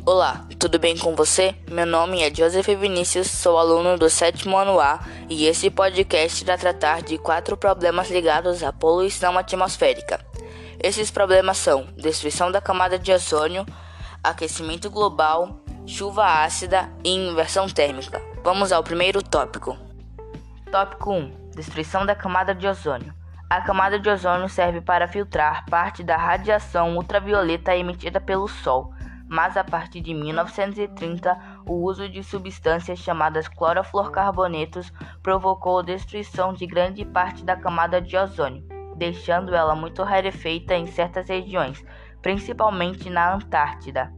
Olá, tudo bem com você? Meu nome é Joseph Vinícius, sou aluno do 7º ano A e esse podcast irá tratar de 4 problemas ligados à poluição atmosférica. Esses problemas são destruição da camada de ozônio, aquecimento global, chuva ácida e inversão térmica. Vamos ao primeiro tópico. Tópico 1. Destruição da camada de ozônio. A camada de ozônio serve para filtrar parte da radiação ultravioleta emitida pelo Sol. Mas a partir de 1930, o uso de substâncias chamadas clorofluorcarbonetos provocou a destruição de grande parte da camada de ozônio, deixando ela muito rarefeita em certas regiões, principalmente na Antártida.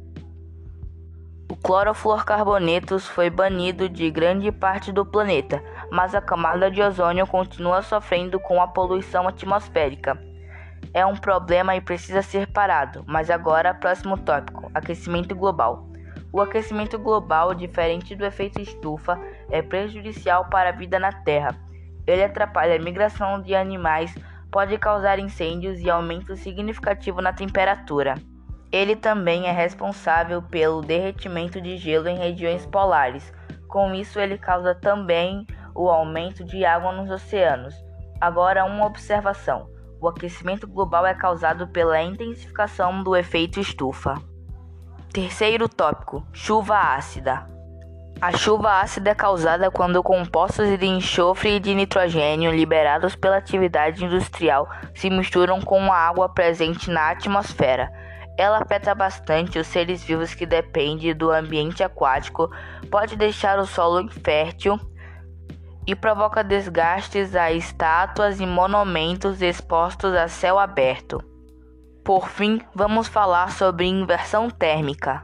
O clorofluorcarbonetos foi banido de grande parte do planeta, mas a camada de ozônio continua sofrendo com a poluição atmosférica. É um problema e precisa ser parado, mas agora, próximo tópico, aquecimento global. O aquecimento global, diferente do efeito estufa, é prejudicial para a vida na Terra. Ele atrapalha a migração de animais, pode causar incêndios e aumento significativo na temperatura. Ele também é responsável pelo derretimento de gelo em regiões polares. Com isso, ele causa também o aumento de água nos oceanos. Agora, uma observação. O aquecimento global é causado pela intensificação do efeito estufa. Terceiro tópico, chuva ácida. A chuva ácida é causada quando compostos de enxofre e de nitrogênio liberados pela atividade industrial se misturam com a água presente na atmosfera. Ela afeta bastante os seres vivos que dependem do ambiente aquático, pode deixar o solo infértil e provoca desgastes a estátuas e monumentos expostos a céu aberto. Por fim, vamos falar sobre inversão térmica.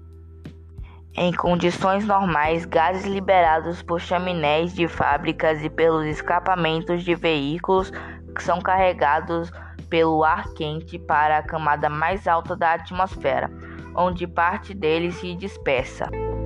Em condições normais, gases liberados por chaminés de fábricas e pelos escapamentos de veículos são carregados pelo ar quente para a camada mais alta da atmosfera, onde parte dele se dispersa.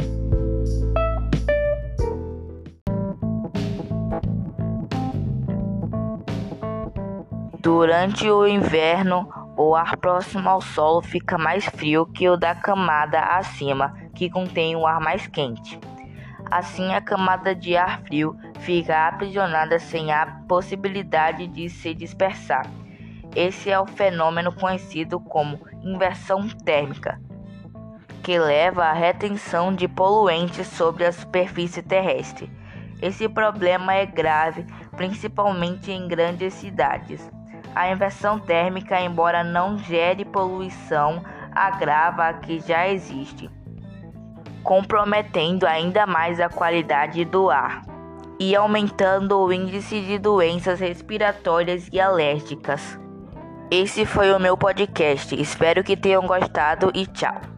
Durante o inverno, o ar próximo ao solo fica mais frio que o da camada acima, que contém o ar mais quente. Assim, a camada de ar frio fica aprisionada sem a possibilidade de se dispersar. Esse é o fenômeno conhecido como inversão térmica, que leva à retenção de poluentes sobre a superfície terrestre. Esse problema é grave, principalmente em grandes cidades. A inversão térmica, embora não gere poluição, agrava a que já existe, comprometendo ainda mais a qualidade do ar e aumentando o índice de doenças respiratórias e alérgicas. Esse foi o meu podcast. Espero que tenham gostado e tchau.